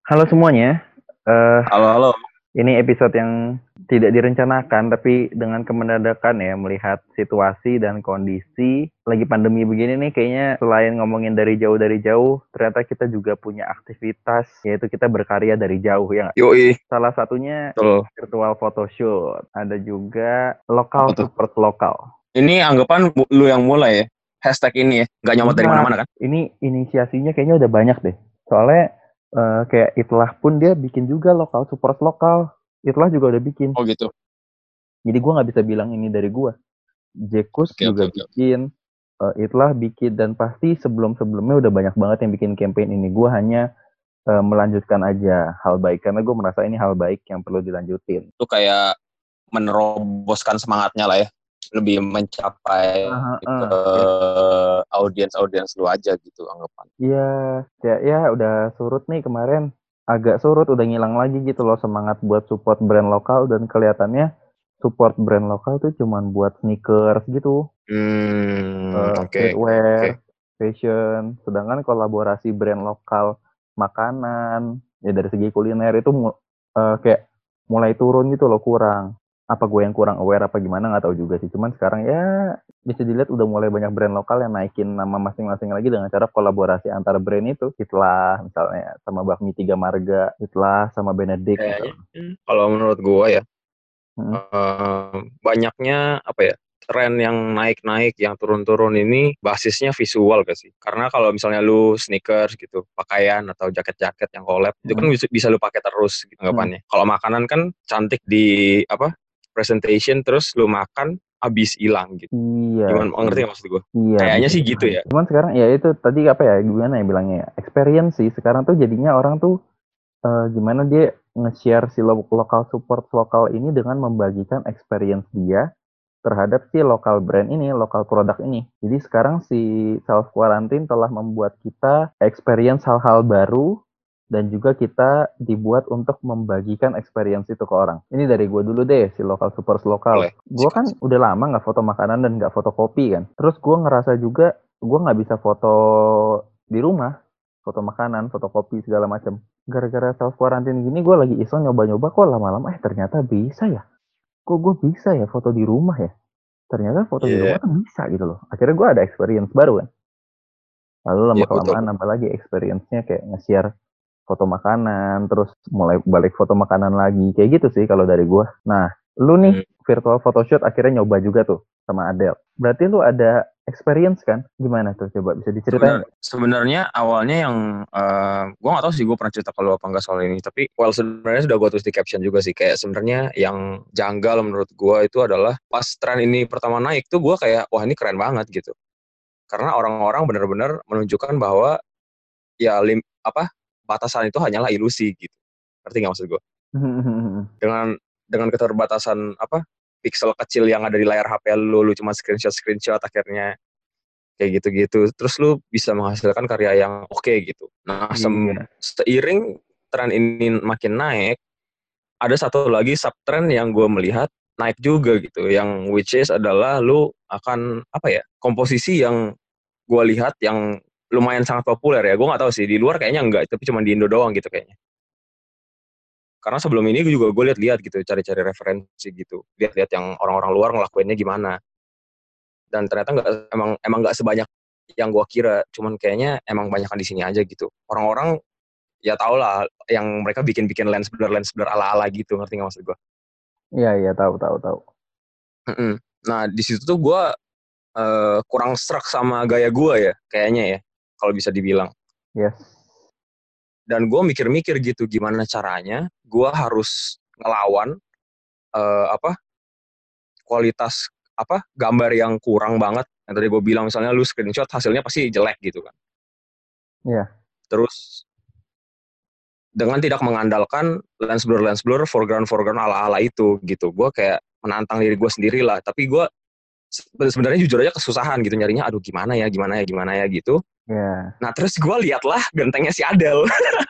Halo semuanya, eh Halo, halo. ini episode yang tidak direncanakan, tapi dengan kemendakan ya melihat situasi dan kondisi lagi pandemi begini nih, kayaknya selain ngomongin dari jauh, ternyata kita juga punya aktivitas, yaitu kita berkarya dari jauh ya nggak? Yoi, Salah satunya betul. virtual photoshoot, ada juga Apa lokal tuh? support lokal. Ini anggapan lu yang mulai ya. Hashtag ini ya. Nggak nyomot dari Enggak, mana-mana kan? ini inisiasinya kayaknya udah banyak deh. Soalnya kayak Itlah pun dia bikin juga lokal support lokal. Itlah juga udah bikin. Oh gitu. Jadi gue nggak bisa bilang ini dari gue. Jekus Oke, oke, juga oke. bikin. Itlah bikin dan pasti sebelum-sebelumnya udah banyak banget yang bikin campaign ini. Gue hanya melanjutkan aja hal baik karena gue merasa ini hal baik yang perlu dilanjutin. Itu kayak meneroboskan semangatnya lah ya. Lebih mencapai ke Kayak, audiens-audiens lu aja gitu anggapan. iya, kayak ya udah surut nih kemarin. Agak surut, udah ngilang lagi gitu loh semangat buat support brand lokal dan kelihatannya support brand lokal tuh cuman buat sneakers gitu, Oke, streetwear, oke. fashion. Sedangkan kolaborasi brand lokal makanan, ya dari segi kuliner itu kayak mulai turun gitu loh, kurang. Apa gue yang kurang aware apa gimana nggak tahu juga sih. Cuman sekarang ya bisa dilihat udah mulai banyak brand lokal yang naikin nama masing-masing lagi dengan cara kolaborasi antar brand itu. Itlah misalnya sama Bakmi Tiga Marga, Itlah sama Benedict Kayaknya misalnya. kalau menurut gua ya, Hmm. banyaknya apa ya, tren yang naik-naik, yang turun-turun ini basisnya visual gak sih? Karena kalau misalnya lu sneakers gitu, pakaian atau jaket-jaket yang collab, itu kan Hmm. bisa lu pakai terus gitu, Hmm. anggapannya. Kalau makanan kan cantik di apa presentation, terus lu makan habis hilang gitu. Iya Gimana, sih. ngerti gak maksud gue? Iya, Kayaknya bisa sih gitu dipahami. ya. Cuman sekarang ya itu tadi apa ya gimana ya bilangnya ya, experience sih. Sekarang tuh jadinya orang tuh gimana dia nge-share si lokal support lokal ini dengan membagikan experience dia terhadap si lokal brand ini, lokal produk ini. Jadi sekarang si self quarantine telah membuat kita experience hal-hal baru dan juga kita dibuat untuk membagikan experience itu ke orang. Ini dari gue dulu deh, si lokal support lokal. Boleh. Gue Sikat. kan udah lama nggak foto makanan dan nggak fotokopi kan. Terus gue ngerasa juga gue nggak bisa foto di rumah, foto makanan, fotokopi segala macam. Gara-gara self quarantine gini, gue lagi iseng nyoba-nyoba kok lama-lama ternyata bisa ya. Kok gue bisa ya foto di rumah ya? Ternyata foto di Iya, rumah kan bisa gitu loh. Akhirnya gue ada experience baru kan. Lalu iya betul. lama-kelamaan nambah lagi experience-nya kayak nge-share foto makanan, terus mulai balik foto makanan lagi. Kayak gitu sih kalau dari gue. Nah, lu nih Hmm. virtual photoshoot akhirnya nyoba juga tuh sama Adele. Berarti lu ada experience kan? Gimana tuh? Coba bisa diceritain nggak? Sebenarnya awalnya yang gue nggak tahu sih, gue pernah cerita kalau apa nggak soal ini, tapi well sebenarnya sudah gue tulis di caption juga sih, kayak sebenarnya yang janggal menurut gue itu adalah pas tren ini pertama naik tuh gue kayak wah ini keren banget gitu, karena orang-orang benar-benar menunjukkan bahwa ya apa batasan itu hanyalah ilusi gitu, ngerti nggak maksud gue? Dengan keterbatasan apa pixel kecil yang ada di layar HP lu cuma screenshot akhirnya kayak gitu-gitu. Terus lu bisa menghasilkan karya yang oke gitu. Nah, Iya. seiring tren ini makin naik, ada satu lagi subtrend yang gue melihat naik juga gitu, yang which is adalah lu akan apa ya, komposisi yang gue lihat yang lumayan sangat populer ya. Gue nggak tahu sih di luar kayaknya enggak, tapi cuma di Indo doang gitu kayaknya. Karena sebelum ini gue lihat-lihat gitu, cari-cari referensi gitu, lihat-lihat yang orang-orang luar ngelakuinnya gimana. Dan ternyata nggak, emang nggak sebanyak yang gue kira, cuman kayaknya emang banyakan di sini aja gitu. Orang-orang ya tau lah yang mereka bikin-bikin lens blur ala-ala gitu, ngerti nggak maksud gue? Iya, iya, tahu, tahu, tahu. Nah di situ tuh gue kurang struck sama gaya gue ya kayaknya ya, kalau bisa dibilang. Yes. Dan gue mikir-mikir gitu gimana caranya gue harus ngelawan apa kualitas apa gambar yang kurang banget yang tadi gue bilang, misalnya lu screenshot hasilnya pasti jelek gitu kan. Iya. Terus dengan tidak mengandalkan lens blur foreground ala ala itu gitu, gue kayak menantang diri gue sendiri lah, tapi gue sebenarnya jujur aja kesusahan gitu nyarinya, aduh gimana ya gitu. Iya. Nah terus gue liatlah gentengnya si Adele.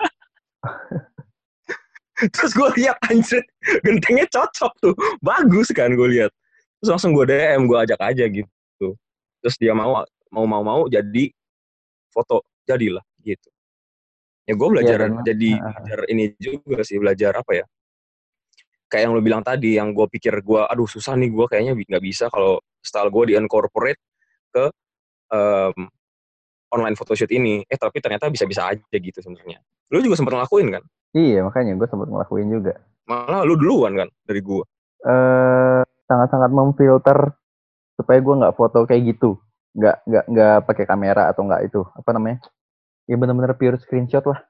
Terus gue lihat anjir, gentengnya cocok tuh, bagus kan, gue lihat. Terus langsung gue DM, gue ajak aja gitu. Terus dia mau jadi foto, jadilah gitu. Ya gue Iya belajar dan belajar ini juga sih, belajar apa ya? Kayak yang lo bilang tadi, yang gue pikir gue, aduh susah nih gue kayaknya nggak bisa kalau style gue di incorporate ke um, online photoshoot ini. Tapi ternyata bisa-bisa aja gitu sebenarnya. Lu juga sempat ngelakuin kan? iya makanya gue sempat ngelakuin juga. Malah lu duluan kan dari gue. Sangat-sangat memfilter supaya gue nggak foto kayak gitu, nggak pakai kamera atau nggak itu apa namanya, ya benar-benar pure screenshot lah.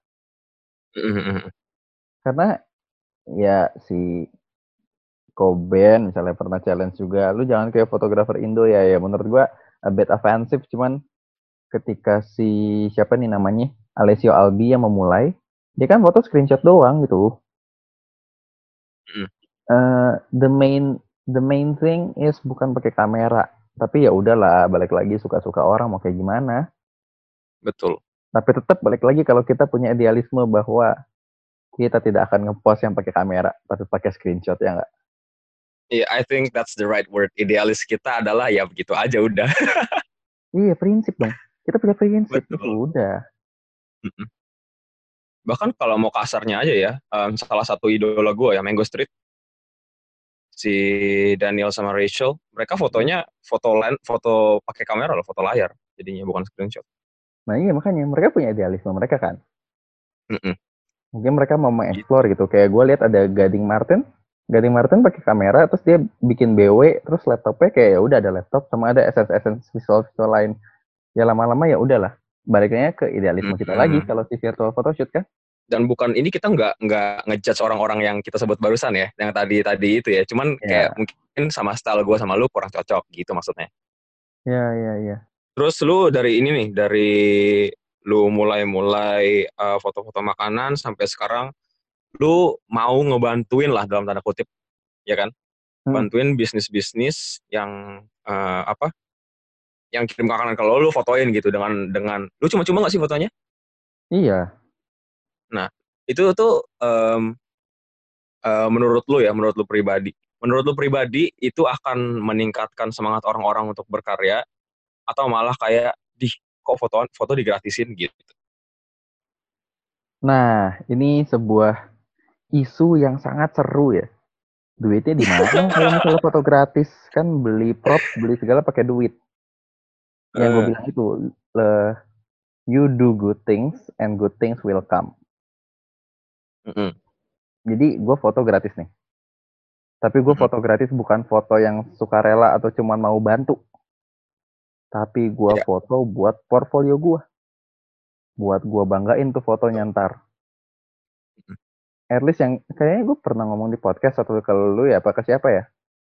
Karena ya si Koben misalnya pernah challenge juga, lu jangan kayak fotografer Indo ya menurut gua a bit offensive, cuman ketika si siapa nih namanya Alessio Albi yang memulai, dia kan foto screenshot doang gitu. The main thing is bukan pakai kamera, tapi ya udahlah, balik lagi suka-suka orang mau kayak gimana. Betul. Tapi tetap balik lagi kalau kita punya idealisme bahwa kita tidak akan ngepost yang pakai kamera, tapi pakai screenshot ya nggak? Yeah, I think that's the right word. Idealis kita adalah ya begitu aja udah. Iya prinsip dong. Kita punya prinsip itu Betul. udah. Bahkan kalau mau kasarnya aja ya, salah satu idola gue ya Mango Street, si Daniel sama Rachel, mereka fotonya foto pakai kamera loh, foto layar, jadinya bukan screenshot. Nah iya makanya mereka punya idealisme mereka kan. Mm-mm. Mungkin mereka mau mengeksplor Gitu. gitu. Kayak gue lihat ada Gading Martin pakai kamera, terus dia bikin BW, terus laptopnya kayak ya udah ada laptop sama ada essence visual lain. Ya lama-lama ya udahlah. Baliknya ke idealisme kita lagi Mm-mm. kalau si virtual photoshoot kan. Dan bukan ini, kita nggak ngejudge orang-orang yang kita sebut barusan ya, yang tadi itu ya. Cuman kayak Ya, mungkin sama style gue sama lu kurang cocok gitu maksudnya. ya. Terus lu dari ini nih, dari lu mulai foto-foto makanan sampai sekarang lu mau ngebantuin lah dalam tanda kutip, ya kan? Hmm, Bantuin bisnis-bisnis yang apa? Yang kirim makanan kalau lu fotoin gitu dengan lu cuma-cuma nggak sih fotonya? iya. Nah, itu tuh menurut lu pribadi. Menurut lu pribadi itu akan meningkatkan semangat orang-orang untuk berkarya atau malah kayak kok foto digratisin gitu. Nah, ini sebuah isu yang sangat seru ya. Duitnya di mana kalau misalnya foto gratis? Kan beli props, beli segala pakai duit. Yang gue Eh, bilang itu, uh, you do good things and good things will come. mm-mm. Jadi gue foto gratis nih. Tapi gue Mm-mm. foto gratis bukan foto yang sukarela atau cuma mau bantu. Tapi gue Ya, foto buat portfolio gue. Buat gue banggain tuh fotonya ntar. mm-mm. At least yang kayaknya gue pernah ngomong di podcast atau ke lu ya, apa ke siapa ya?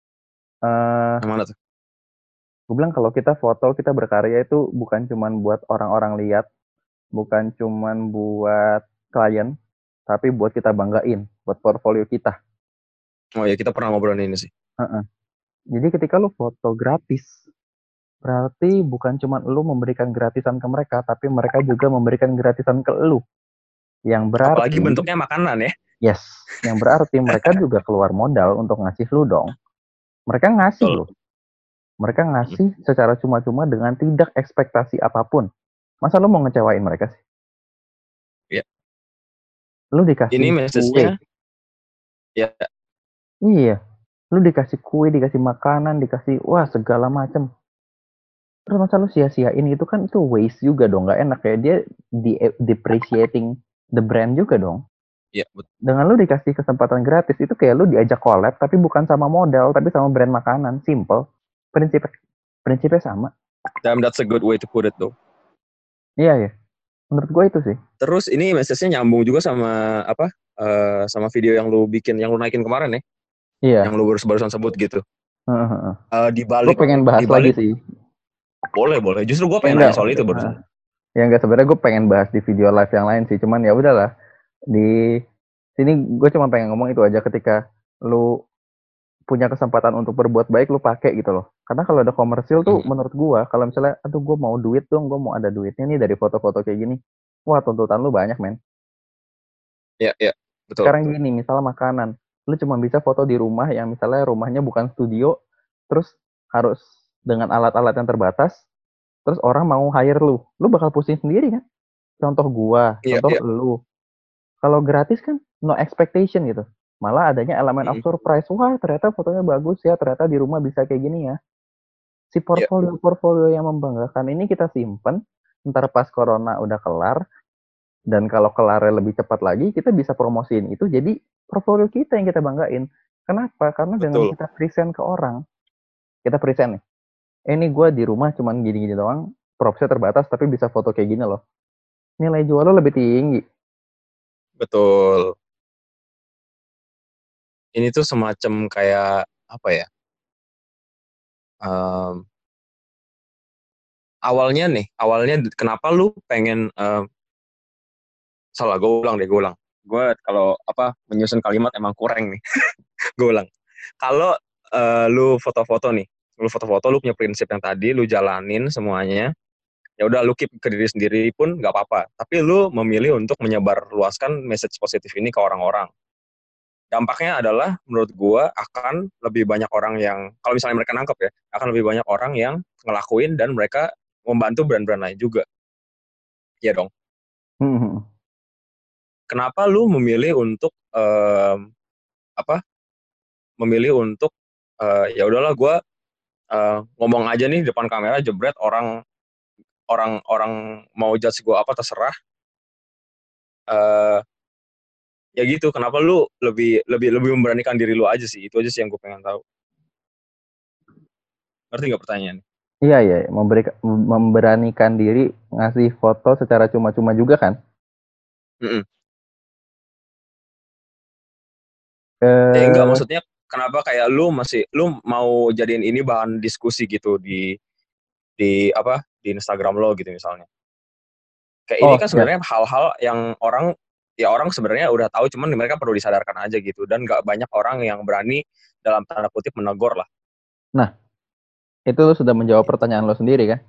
Yang mana tuh? Gue bilang kalau kita foto, kita berkarya itu bukan cuma buat orang-orang lihat, bukan cuma buat klien, tapi buat kita banggain, buat portfolio kita. Oh ya, kita pernah ngobrolin ini sih. Uh-uh. Jadi ketika lu foto gratis, berarti bukan cuma lu memberikan gratisan ke mereka, tapi mereka juga memberikan gratisan ke lu. Yang Apalagi berarti, bentuknya makanan ya. yes, yang berarti mereka juga keluar modal untuk ngasih lu dong. Mereka ngasih Betul. loh. Mereka Mm-mm. ngasih secara cuma-cuma dengan tidak ekspektasi apapun. Masa lu mau ngecewain mereka sih? Ya. Lu Ini dikasih kue. message-nya ya. Iya. Lu dikasih kue, dikasih makanan, dikasih wah segala macem. Terus masa lu sia-siain itu kan itu waste juga dong, nggak enak kayak dia depreciating the brand juga dong. Ya, betul. Dengan lu dikasih kesempatan gratis itu kayak lu diajak collab tapi bukan sama modal tapi sama brand makanan, simple. Prinsip prinsipnya sama. Damn, that's a good way to put it though. Iya ya. Menurut gue itu sih. Terus ini message-nya nyambung juga sama apa? Sama video yang lu bikin, yang lu naikin kemarin ya, yang Iya. lu barusan sebut gitu. Di Gue balik pengen di bahas lagi balik sih. boleh. Justru gue Ya pengen enggak. nanya soal itu barusan. Ya enggak, sebenarnya gue pengen bahas di video live yang lain sih. Cuman ya udahlah. Di sini gue cuma pengen ngomong itu aja, ketika lu punya kesempatan untuk berbuat baik lu pakai gitu loh. Karena kalau ada komersil tuh Mm-mm. menurut gua kalau misalnya aduh gua mau duit dong, gua mau ada duitnya nih dari foto-foto kayak gini. Wah, tuntutan lu banyak, men. Ya, betul. Sekarang gini, misalnya makanan, lu cuma bisa foto di rumah yang misalnya rumahnya bukan studio, terus harus dengan alat-alat yang terbatas, terus orang mau hire lu. Lu bakal pusing sendiri kan? Contoh gua, Iya, contoh iya. lu. Kalau gratis kan no expectation gitu. Malah adanya elemen of Mm-mm. surprise. Wah, ternyata fotonya bagus ya, ternyata di rumah bisa kayak gini ya. Si Iya, portfolio-portfolio yang membanggakan ini kita simpen, ntar pas corona udah kelar, dan kalau kelarnya lebih cepat lagi, kita bisa promosiin itu jadi portfolio kita yang kita banggain. Kenapa? Karena dengan betul. kita present ke orang, kita present nih, ini gue di rumah cuman gini-gini doang, propsnya terbatas tapi bisa foto kayak gini loh. Nilai jual lo lebih tinggi. Betul. Ini tuh semacam kayak apa ya? em, awalnya kenapa lu pengen salah gue ulang deh, gue ulang. Gue kalau apa menyusun kalimat emang kurang nih. Gue ulang. Kalau lu foto-foto nih, lu foto-foto lu punya prinsip yang tadi lu jalanin semuanya, ya udah lu keep ke diri sendiri pun nggak apa-apa. Tapi lu memilih untuk menyebar luaskan message positif ini ke orang-orang. Dampaknya adalah menurut gua akan lebih banyak orang yang kalau misalnya mereka nangkep ya, akan lebih banyak orang yang ngelakuin dan mereka membantu brand-brand lain juga. Iya dong. Hmm. Kenapa lu memilih untuk apa? Memilih untuk ya udahlah gua ngomong aja nih depan kamera jebret orang orang orang mau judge gue apa terserah. eh Ya gitu, kenapa lu lebih lebih lebih memberanikan diri lu aja sih, itu aja sih yang gue pengen tahu. Ngerti nggak pertanyaan? Iya, iya, memberanikan diri ngasih foto secara cuma-cuma juga kan. Mm-mm. Ya enggak, Eh, maksudnya kenapa kayak lu mau jadiin ini bahan diskusi gitu di apa di Instagram lo gitu misalnya. Kayak ini oh kan ya. sebenarnya hal-hal yang orang sebenarnya udah tahu, cuman mereka perlu disadarkan aja gitu, dan nggak banyak orang yang berani dalam tanda kutip menegur lah Nah, itu lo sudah menjawab gitu. pertanyaan lo sendiri kan.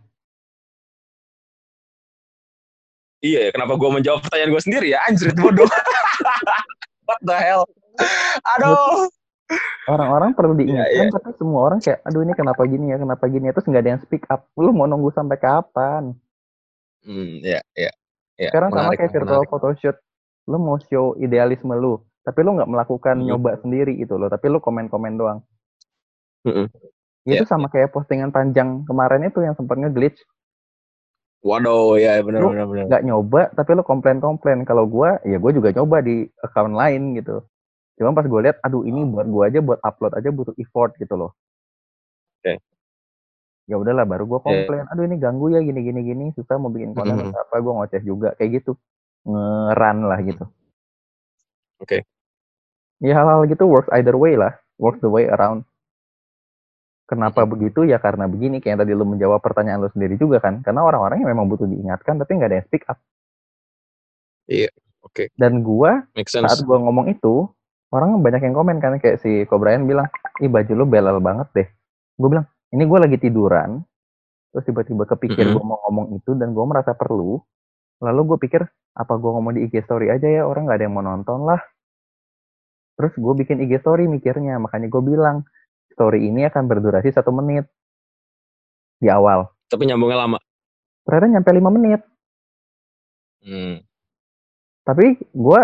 Iya ya, kenapa gue menjawab pertanyaan gue sendiri ya, anjrit bodoh. What the hell. Menurutku Aduh. orang-orang perlu Iya, diingatkan, iya. tapi semua orang kayak, aduh ini kenapa gini ya, terus nggak ada yang speak up. Lu mau nunggu sampai kapan? Iya, iya. Iya, Sekarang sama menarik kayak nih, virtual menarik. photoshoot. Lu mau show idealisme lu, tapi lu nggak melakukan Mm-mm. nyoba sendiri itu loh, tapi lu komen-komen doang. Mm-mm. Itu Iya, sama iya. kayak postingan panjang kemarin itu yang sempat nge-glitch. Waduh, ya benar Lu benar benar. nggak nyoba, tapi lu komplain-komplain. Kalau gua, ya gua juga nyoba di account lain gitu. Cuma pas gue lihat, aduh ini buat gue aja buat upload aja butuh effort gitu loh. Oke. Ya udahlah, baru gue Ya. komplain, aduh ini ganggu ya gini gini gini, susah mau bikin konten Mm-mm. atau apa, gue ngoceh juga kayak gitu, ngeran lah Mm-mm. gitu. Oke. Ya hal-hal gitu works either way lah, works the way around. Kenapa Mm-mm. begitu ya, karena begini, kayak yang tadi lu menjawab pertanyaan lu sendiri juga kan, karena orang-orangnya memang butuh diingatkan tapi nggak ada yang speak up. Iya. Oke. Dan gue Make saat sense. gue ngomong itu, orang banyak yang komen kan, kayak si Kobrian bilang, ih baju lu belal banget deh. Gue bilang, ini gue lagi tiduran, terus tiba-tiba kepikir Mm-mm. gue mau ngomong itu dan gue merasa perlu. Lalu gue pikir, apa gue ngomong di IG story aja ya, orang nggak ada yang mau nonton lah. Terus gue bikin IG story mikirnya, makanya gue bilang story ini akan berdurasi 1 menit di awal. Tapi nyambungnya lama. Ternyata nyampe 5 menit. Hmm. Tapi gue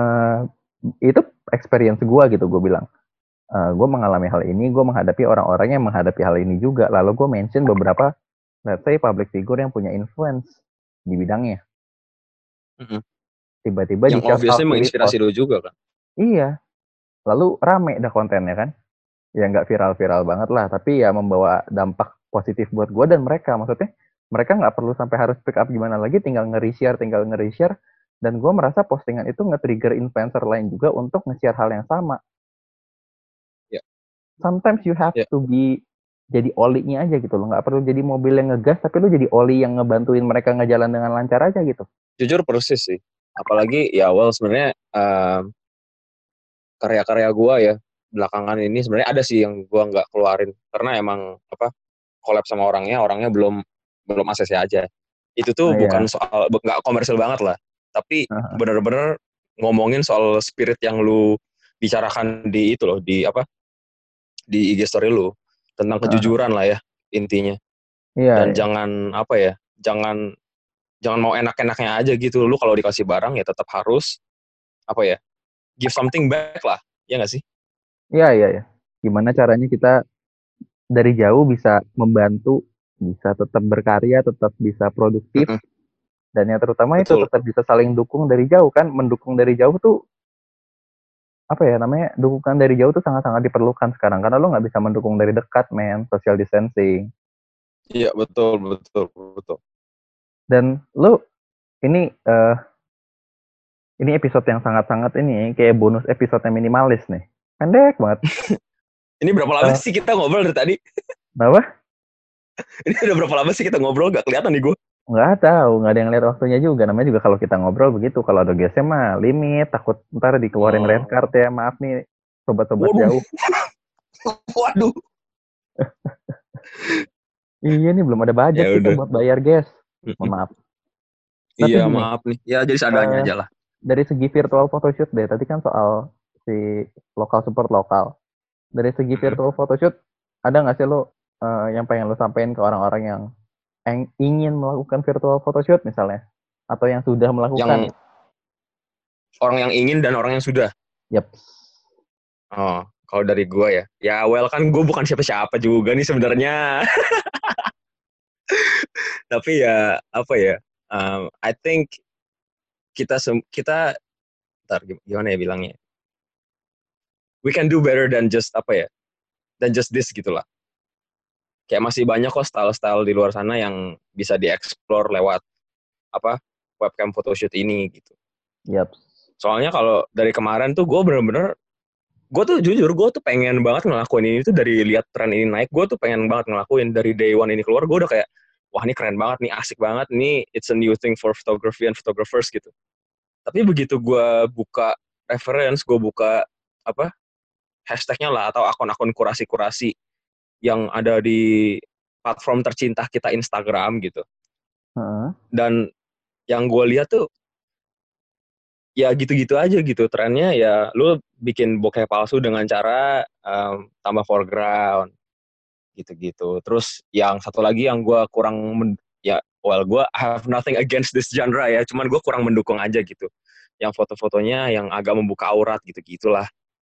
itu experience gue gitu, gue bilang. Gue mengalami hal ini, gue menghadapi orang-orang yang menghadapi hal ini juga. Lalu gue mention beberapa, let's say, public figure yang punya influence di bidangnya. Mm-mm. Tiba-tiba di Yang shout obviously out, di menginspirasi repost. lu juga kan. Iya, lalu rame dah kontennya kan. Ya nggak viral-viral banget lah, tapi ya membawa dampak positif buat gue dan mereka. Maksudnya mereka nggak perlu sampai harus pick up gimana lagi, tinggal nge-reshare. Dan gue merasa postingan itu nge-trigger influencer lain juga untuk nge-share hal yang sama. Ya, Sometimes you have ya. to be jadi olinya aja gitu loh. Nggak perlu jadi mobil yang ngegas, tapi lu jadi oli yang ngebantuin mereka ngejalan dengan lancar aja gitu. Jujur persis sih. Apalagi ya awal sebenarnya karya-karya gua ya belakangan ini sebenarnya ada sih yang gua nggak keluarin karena emang apa collab sama orangnya belum belum ACC aja. Itu tuh Nah bukan ya, soal nggak komersil banget lah, tapi bener-bener ngomongin soal spirit yang lu bicarakan di itu loh, di apa, di IG story lu, tentang kejujuran lah ya intinya. iya, Dan iya. jangan apa ya, jangan jangan mau enak-enaknya aja gitu. Lu kalau dikasih barang ya tetap harus apa ya, give something back lah, ya nggak sih? Iya, iya, ya. Gimana caranya kita dari jauh bisa membantu, bisa tetap berkarya, tetap bisa produktif, Mm-mm, dan yang terutama itu betul. tetap bisa saling dukung dari jauh kan. Mendukung dari jauh tuh apa ya namanya? Dukungan dari jauh tuh sangat-sangat diperlukan sekarang karena lo nggak bisa mendukung dari dekat, men. Social distancing. Iya, betul, betul, betul. Dan lo ini ini episode yang sangat-sangat ini kayak bonus episode yang minimalis nih. Pendek banget. Ini berapa lama Eh, sih kita ngobrol dari tadi? Kenapa? Ini udah berapa lama sih kita ngobrol? Gak kelihatan nih gue. Nggak tahu, nggak ada yang lihat waktunya juga. Namanya juga kalau kita ngobrol begitu. Kalau ada guestnya mah limit, takut ntar dikeluarin red Oh. card ya. Maaf nih, sobat-sobat Waduh, jauh. waduh. Iya nih, belum ada budget Ya kita udah. buat bayar guest. Mohon Mm-mm. maaf. Tapi Iya, gini, maaf nih. Ya jadi seadanya eh, aja lah. dari segi virtual photoshoot deh. Tadi kan soal si lokal support lokal. Dari segi Mm-mm. virtual photoshoot, ada nggak sih lo yang pengen lo sampaikan ke orang-orang yang ingin melakukan virtual photoshoot misalnya? Atau yang sudah melakukan? Yang orang yang ingin dan orang yang sudah. Yap. Oh, kalau dari gue ya. Ya well kan gue bukan siapa-siapa juga nih sebenarnya. Tapi ya apa ya? I think kita ntar gimana ya bilangnya? We can do better than just apa ya? Dan just this gitulah. Kayak masih banyak kok style-style di luar sana yang bisa dieksplor lewat apa webcam photoshoot ini gitu. Yap. Soalnya kalau dari kemarin tuh gue bener-bener, gue tuh jujur gue tuh pengen banget ngelakuin ini tuh dari lihat tren ini naik, gue tuh pengen banget ngelakuin dari day one ini keluar, gue udah kayak wah ini keren banget nih, asik banget nih, it's a new thing for photography and photographers gitu. Tapi begitu gue buka reference, gue buka apa hashtagnya lah atau akun-akun kurasi-kurasi yang ada di platform tercinta kita Instagram gitu. Heeh. Dan yang gue lihat tuh ya gitu-gitu aja gitu trennya ya lu bikin bokeh palsu dengan cara tambah foreground gitu-gitu. Terus yang satu lagi yang gue kurang ya well gue have nothing against this genre ya, cuman gue kurang mendukung aja gitu. Yang foto-fotonya yang agak membuka aurat gitu-gitulah.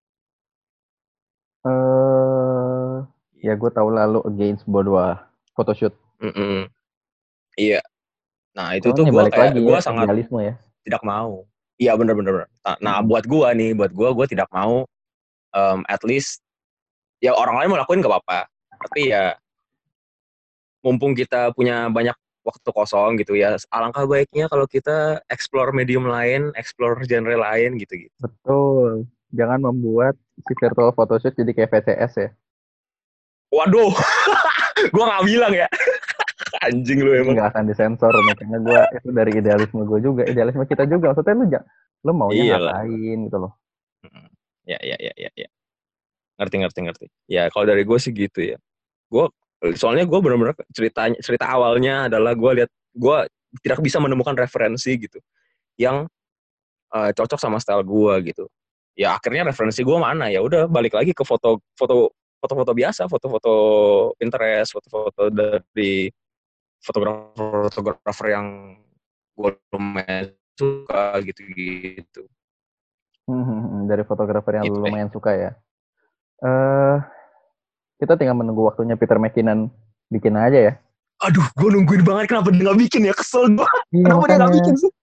eh Ya gue tahu lalu against Bodwa photoshoot. Mm-mm. Iya. Nah itu Cuman tuh ya gue balik kayak lagi gue ya sangat idealisme ya. tidak mau. Iya bener-bener. Nah Mm-mm. buat gue nih, buat gue tidak mau at least ya orang lain mau lakuin gak apa-apa. Tapi ya mumpung kita punya banyak waktu kosong gitu ya, alangkah baiknya kalau kita explore medium lain, explore genre lain gitu-gitu. Betul. Jangan membuat si virtual photoshoot jadi kayak VCS ya. Waduh, gue nggak bilang ya, anjing lu Ini emang. nggak akan disensor nih karena gue itu dari idealisme gue juga, idealisme kita juga. Maksudnya lu maunya Iya lah. ngapain gitu loh. Ya, ya, ya, ya, ya. Ngerti, ngerti, ngerti. Ya, kalau dari gue sih gitu ya. Gue, soalnya gue bener-bener cerita awalnya adalah gue lihat gue tidak bisa menemukan referensi gitu yang cocok sama style gue gitu. Ya akhirnya referensi gue mana ya udah balik lagi ke foto-foto biasa, foto-foto Pinterest, foto-foto dari fotografer yang gue lumayan suka gitu-gitu. Dari fotografer yang Gitu lu deh. lumayan suka ya. eh Kita tinggal menunggu waktunya Peter McKinnon bikin aja ya. Aduh, gue nungguin banget kenapa dia nggak bikin ya, kesel gue. Iya Kenapa dia makanya nggak bikin sih?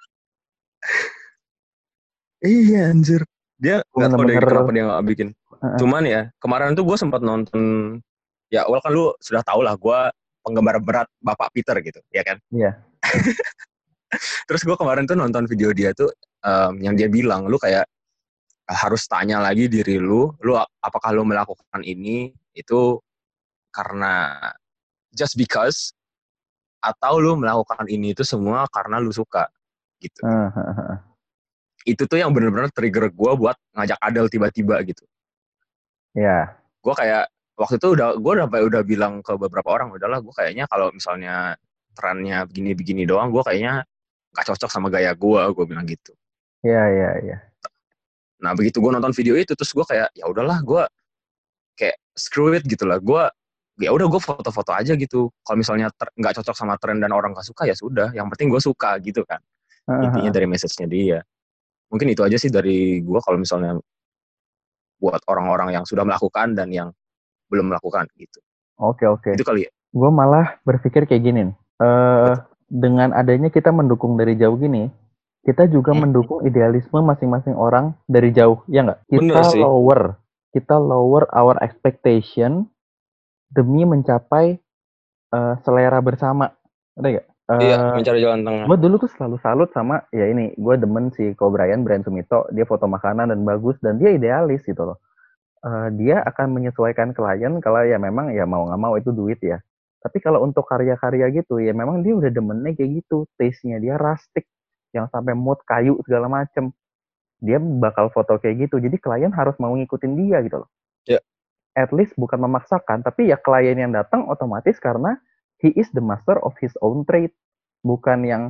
Iya anjir. Dia gue nggak tahu deh bener-bener kenapa dia nggak bikin. uh, Cuman ya kemarin tuh gue sempat nonton, ya awal kan lu sudah tahu lah gue penggemar berat Bapak Peter gitu, ya kan? iya. Terus gue kemarin tuh nonton video dia tuh yang dia bilang lu kayak harus tanya lagi diri lu apakah lu melakukan ini itu karena just because atau lu melakukan ini itu semua karena lu suka gitu. Itu tuh yang bener-bener trigger gue buat ngajak Adel tiba-tiba gitu. Ya. Gue kayak waktu itu udah bilang ke beberapa orang udahlah gue kayaknya kalau misalnya trennya begini-begini doang gue kayaknya gak cocok sama gaya gue bilang gitu. Iya, iya, iya. Nah begitu gue nonton video itu terus gue kayak ya udahlah gue kayak screw it gitu lah gue ya udah gue foto-foto aja gitu kalau misalnya nggak cocok sama tren dan orang gak suka ya sudah yang penting gue suka gitu kan intinya dari message-nya dia Mungkin itu aja sih dari gue kalau misalnya buat orang-orang yang sudah melakukan dan yang belum melakukan gitu. Oke, oke. Itu kali ya. Gue malah berpikir kayak gini nih. Apa Eh, tuh? dengan adanya kita mendukung dari jauh gini, kita juga Hmm? mendukung idealisme masing-masing orang dari jauh, ya nggak? Bener sih. Kita lower our expectation demi mencapai selera bersama. Ada nggak? Iya, mencari jalan tengah. Gue dulu tuh selalu salut sama, ya ini, gue demen si Ko Brian Sumito, dia foto makanan dan bagus, dan dia idealis gitu loh. Dia akan menyesuaikan klien kalau ya memang ya mau nggak mau itu duit ya. Tapi kalau untuk karya-karya gitu ya memang dia udah demennya kayak gitu, taste-nya dia rustic, yang sampai mood kayu segala macem. Dia bakal foto kayak gitu, jadi klien harus mau ngikutin dia gitu loh. Ya. At least bukan memaksakan, tapi ya klien yang datang otomatis karena he is the master of his own trade, bukan yang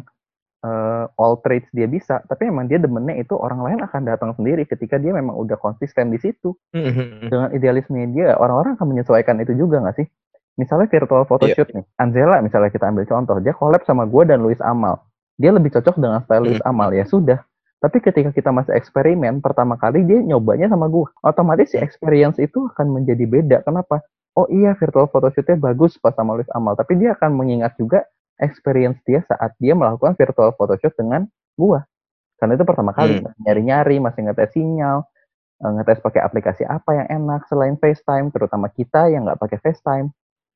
all trades dia bisa, tapi emang dia demennya itu orang lain akan datang sendiri ketika dia memang udah konsisten di situ. Dengan idealisme dia, orang-orang akan menyesuaikan itu juga nggak sih? Misalnya virtual Iya. photoshoot nih, Anzela misalnya kita ambil contoh, dia collab sama gue dan Luis Amal. Dia lebih cocok dengan style Luis Amal, ya sudah. Tapi ketika kita masih eksperimen, pertama kali dia nyobanya sama gue. Otomatis si experience itu akan menjadi beda. Kenapa? Oh iya, virtual photoshootnya bagus pas sama Luis Amal. Tapi dia akan mengingat juga experience dia saat dia melakukan virtual photoshoot dengan gue. Karena itu pertama kali, nyari-nyari, masih ngetes sinyal, ngetes pakai aplikasi apa yang enak selain FaceTime, terutama kita yang nggak pakai FaceTime.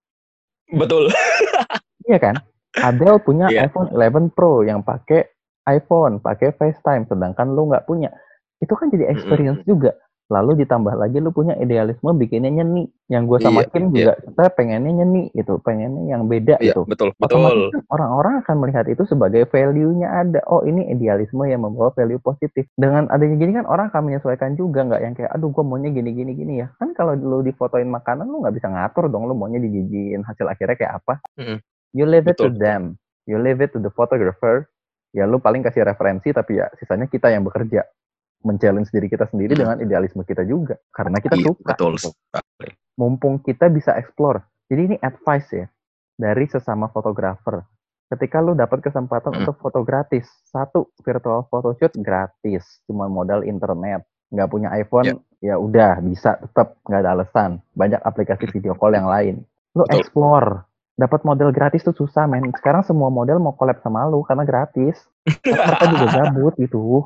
Betul. Iya kan? Adele punya Iya. iPhone 11 Pro yang pakai iPhone, pakai FaceTime, sedangkan lu nggak punya. Itu kan jadi experience juga. Lalu ditambah lagi lu punya idealisme bikinnya nyeni. Yang gue sama Iya. Kim Iya. juga kita pengennya nyeni gitu, pengennya yang beda Iya. gitu. Betul. Otomatis Betul. kan orang-orang akan melihat itu sebagai value-nya ada. Oh ini idealisme yang membawa value positif. Dengan adanya gini kan orang akan menyesuaikan juga, nggak yang kayak aduh gue maunya gini ya. Kan kalau lu difotoin makanan lu nggak bisa ngatur dong lu maunya dijijiin hasil akhirnya kayak apa. You leave it to Betul. them. You leave it to the photographer. Ya lu paling kasih referensi tapi ya sisanya kita yang bekerja. Men-challenge diri kita sendiri dengan idealisme kita juga. Karena kita Iya. suka Betul gitu. sekali. Mumpung kita bisa explore. Jadi ini advice ya dari sesama fotografer. Ketika lu dapat kesempatan untuk foto gratis, satu virtual photoshoot gratis, cuma modal internet, nggak punya iPhone, ya udah bisa tetap nggak ada alasan. Banyak aplikasi video call yang lain. Lu Betul. explore, dapat model gratis tuh susah men. Sekarang semua model mau collab sama lu karena gratis. Karena mereka juga gabut gitu.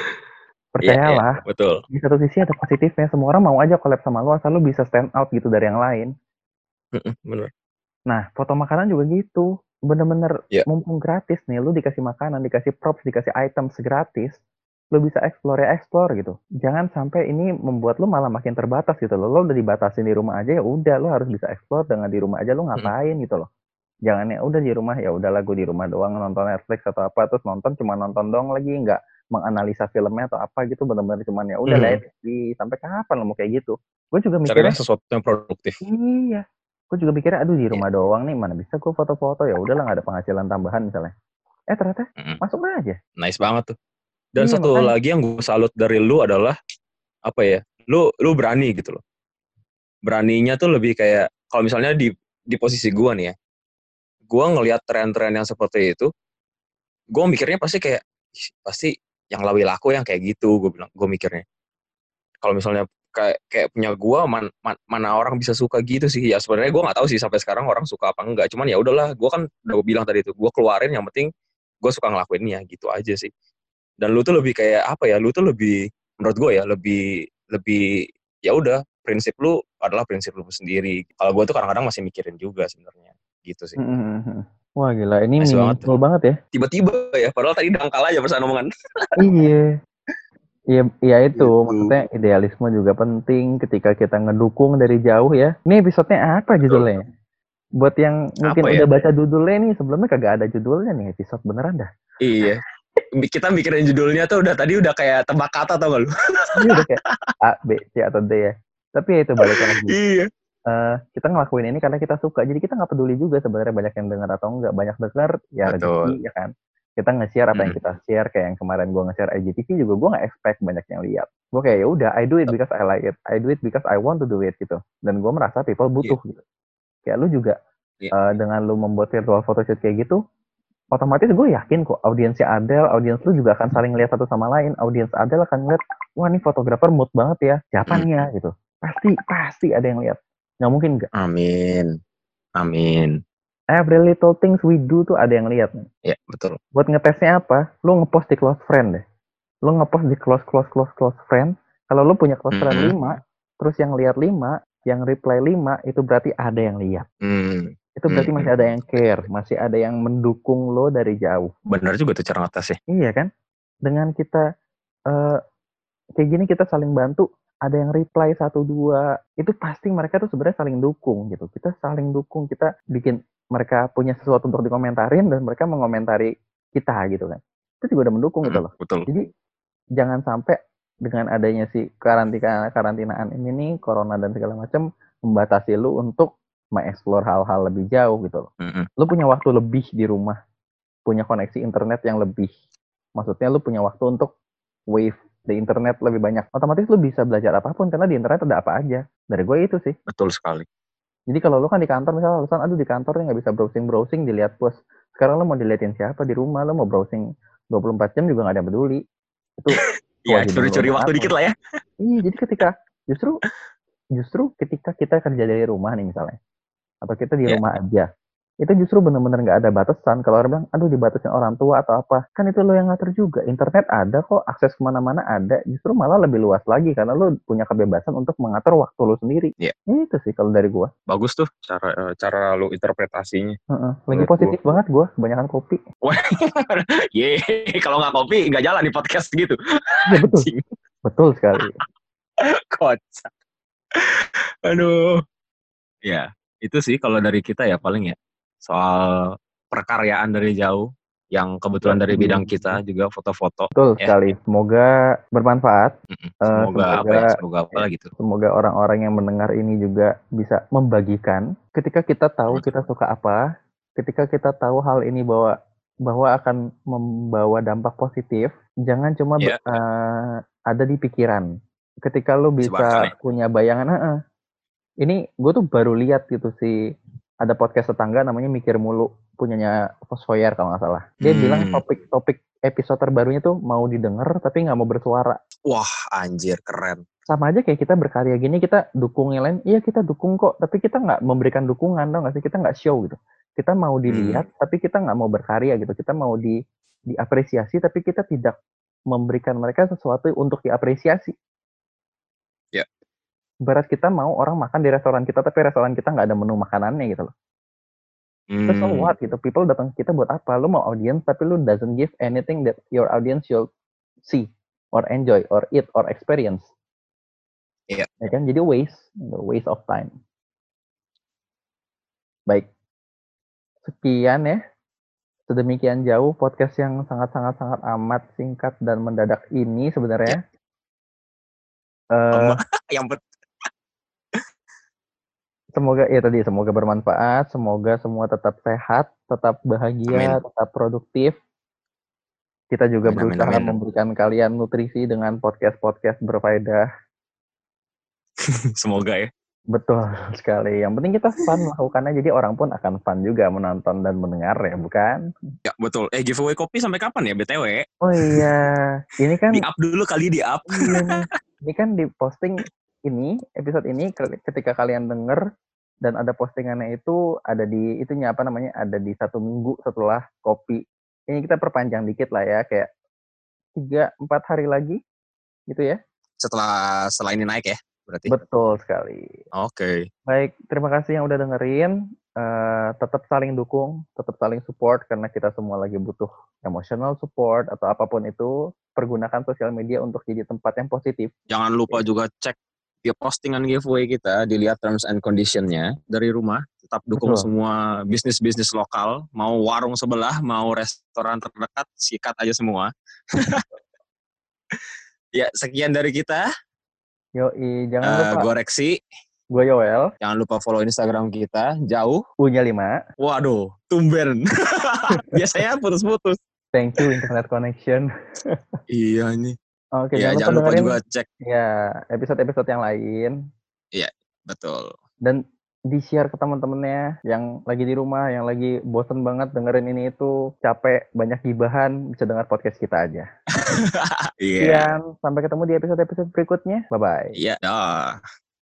Iya. Iya. Percayalah. Betul. Di satu sisi ada positifnya. Semua orang mau aja collab sama lu asal lu bisa stand out gitu dari yang lain. Bener. Nah, foto makanan juga gitu. Bener-bener Iya. mumpung gratis nih, lu dikasih makanan, dikasih props, dikasih item segratis, lu bisa explore gitu. Jangan sampai ini membuat lu malah makin terbatas gitu loh. Lu udah dibatasin di rumah aja ya udah, lu harus bisa explore dengan di rumah aja lu ngapain gitu loh. Jangan ya udah di rumah ya udah lagu di rumah doang nonton Netflix atau apa terus nonton cuma nonton doang lagi nggak menganalisa filmnya atau apa gitu benar-benar cuman ya udah let sampai kapan lo mau kayak gitu. Gue juga Carilah mikirnya sesuatu yang produktif. iya. Gue juga mikirnya aduh di Iya. rumah doang nih mana bisa gue foto-foto ya udahlah nggak ada penghasilan tambahan misalnya. Ternyata masuk aja. Nice banget tuh. Dan Iya satu makanya. lagi yang gue salut dari lu adalah apa ya? Lu berani gitu loh. Beraninya tuh lebih kayak kalau misalnya di posisi gue nih ya, gue ngelihat tren-tren yang seperti itu, gue mikirnya pasti kayak pasti yang laku yang kayak gitu, gue mikirnya. Kalau misalnya kayak punya gue, mana orang bisa suka gitu sih? Ya sebenarnya gue nggak tahu sih sampai sekarang orang suka apa enggak. Cuman ya udahlah, gue kan udah bilang tadi itu, gue keluarin yang penting gue suka ngelakuinnya gitu aja sih. Dan lu tuh lebih kayak apa ya? Lu tuh lebih menurut gue ya lebih lebih ya udah prinsip lu adalah prinsip lu sendiri. Kalau gue tuh kadang-kadang masih mikirin juga sebenarnya gitu sih. Wah gila ini Nice banget tuh. meaningful banget ya. Tiba-tiba ya, padahal tadi dangkal aja perasaan omongan. Iya. Iya itu Gitu. maksudnya idealisme juga penting ketika kita ngedukung dari jauh ya. Ini episodenya apa Betul. judulnya? Buat yang mungkin Apa ya? udah baca judulnya nih sebelumnya kagak ada judulnya nih episode beneran dah. Iya. Kita mikirin judulnya tuh udah kayak tebak kata tau gak lu? Ini udah kayak A, B, C atau D ya. Tapi ya itu balik lagi. Iya. Kita ngelakuin ini karena kita suka. Jadi kita nggak peduli juga sebenarnya banyak yang dengar atau enggak. Banyak dengar ya rezeki Betul. ya kan. Kita nge-share apa yang kita share kayak yang kemarin gue nge-share IGTV juga gue nggak expect banyak yang lihat. Gue kayak ya udah I do it because I like it. I do it because I want to do it gitu. Dan gue merasa people Iya. butuh gitu. Kayak lu juga Iya. dengan lu membuat virtual photoshoot kayak gitu, otomatis gue yakin kok audiensnya Adele, audiens lu juga akan saling lihat satu sama lain. Audiens Adele akan lihat, wah ini fotografer mood banget ya, siapa nih ya gitu. Pasti ada yang lihat. Nggak mungkin nggak. Amin. Amin. Every little things we do tuh ada yang lihat nih. Ya, betul. Buat ngetesnya apa? Lu ngepost di close friend deh. Lu ngepost di close friend. Kalau lu punya close friend 5, terus yang lihat 5, yang reply 5, itu berarti ada yang lihat. Itu berarti masih ada yang care, masih ada yang mendukung lo dari jauh. Benar juga tuh cara ngetesnya. Iya kan? Dengan kita kayak gini kita saling bantu, ada yang reply 1-2, itu pasti mereka tuh sebenarnya saling dukung gitu. Kita saling dukung, kita bikin mereka punya sesuatu untuk dikomentarin dan mereka mengomentari kita gitu kan. Itu juga udah mendukung gitu loh. Betul. Jadi jangan sampai dengan adanya si karantinaan ini nih, corona dan segala macam, membatasi lu untuk mengeksplor hal-hal lebih jauh gitu loh. Lu punya waktu lebih di rumah, punya koneksi internet yang lebih. Maksudnya lu punya waktu untuk wave di internet lebih banyak. Otomatis lu bisa belajar apapun karena di internet ada apa aja. Dari gue itu sih. Betul sekali. Jadi kalau lu kan di kantor misalnya alasan, aduh di kantor nggak bisa browsing dilihat bos. Sekarang lu mau diliatin siapa di rumah, lu mau browsing 24 jam juga nggak ada yang peduli. Itu ya curi-curi waktu dikit lah ya. Iya, jadi justru ketika kita kerja dari rumah nih misalnya, atau kita di rumah aja, itu justru benar-benar nggak ada batasan. Kalau orang bilang, aduh dibatasin orang tua atau apa, kan itu lo yang ngatur juga. Internet ada kok, akses kemana-mana ada. Justru malah lebih luas lagi karena lo punya kebebasan untuk mengatur waktu lo sendiri. Itu sih kalau dari gua. Bagus tuh cara lo interpretasinya. Lagi positif banget gua, kebanyakan kopi. Kalau nggak kopi nggak jalan di podcast gitu. Iya betul, betul sekali. Kocak. Aduh. Ya, itu sih kalau dari kita ya paling ya. Soal perkaryaan dari jauh yang kebetulan dari bidang kita juga foto-foto. Betul sekali. Semoga bermanfaat. Semoga apa gitu. Semoga orang-orang yang mendengar ini juga bisa membagikan. Ketika kita tahu kita suka apa, ketika kita tahu hal ini bahwa akan membawa dampak positif, jangan cuma ada di pikiran. Ketika lo bisa punya bayangan, ini gue tuh baru lihat gitu sih, ada podcast tetangga namanya Mikir Mulu, punyanya Fosfoyer kalau nggak salah. Dia bilang topik episode terbarunya tuh mau didengar tapi nggak mau bersuara. Wah anjir keren. Sama aja kayak kita berkarya gini, kita dukung yang lain, iya kita dukung kok, tapi kita nggak memberikan dukungan, tau nggak sih, kita nggak show gitu. Kita mau dilihat tapi kita nggak mau berkarya gitu. Kita mau diapresiasi tapi kita tidak memberikan mereka sesuatu untuk diapresiasi. Barat kita mau orang makan di restoran kita tapi restoran kita nggak ada menu makanannya gitu loh. Terus so what gitu, people datang ke kita buat apa? Lu mau audience tapi lu doesn't give anything that your audience should see or enjoy or eat or experience. Iya. Ya kan, jadi waste of time. Baik, sekian ya, sedemikian jauh podcast yang sangat amat singkat dan mendadak ini sebenarnya. Yang Semoga bermanfaat, semoga semua tetap sehat, tetap bahagia, tetap produktif. Kita juga berusaha memberikan kalian nutrisi dengan podcast berfaedah. Semoga ya. Betul sekali. Yang penting kita fun melakukannya, jadi orang pun akan fun juga menonton dan mendengar ya, bukan? Ya betul. Giveaway kopi sampai kapan ya BTW? Oh iya, ini kan di-up dulu kali di-up. Ini kan di posting ini, episode ini ketika kalian denger dan ada postingannya itu ada di itunya apa namanya, ada di 1 minggu setelah kopi. Ini kita perpanjang dikit lah ya, kayak 3-4 hari lagi gitu ya. Setelah ini naik ya berarti. Betul sekali. Oke. Baik, terima kasih yang udah dengerin. Tetap saling dukung, tetap saling support karena kita semua lagi butuh emotional support atau apapun itu. Pergunakan sosial media untuk jadi tempat yang positif. Jangan lupa juga cek di postingan giveaway kita, dilihat terms and condition-nya dari rumah. Tetap dukung semua bisnis-bisnis lokal, mau warung sebelah, mau restoran terdekat, sikat aja semua. Ya, sekian dari kita. Yoi, jangan lupa. Gue Reksi. Gue Yoel. Jangan lupa follow Instagram kita, Jauh. U-nya 5. Waduh, tumben. Biasanya putus-putus. Thank you internet connection. Iya nih. Oke, ya, jangan lupa juga cek ya episode-episode yang lain. Iya, betul. Dan di-share ke teman-temannya yang lagi di rumah, yang lagi bosen banget dengerin ini itu, capek, banyak gibahan, bisa dengar podcast kita aja. Iya. Sekian, sampai ketemu di episode-episode berikutnya. Bye-bye. Iya. Dah.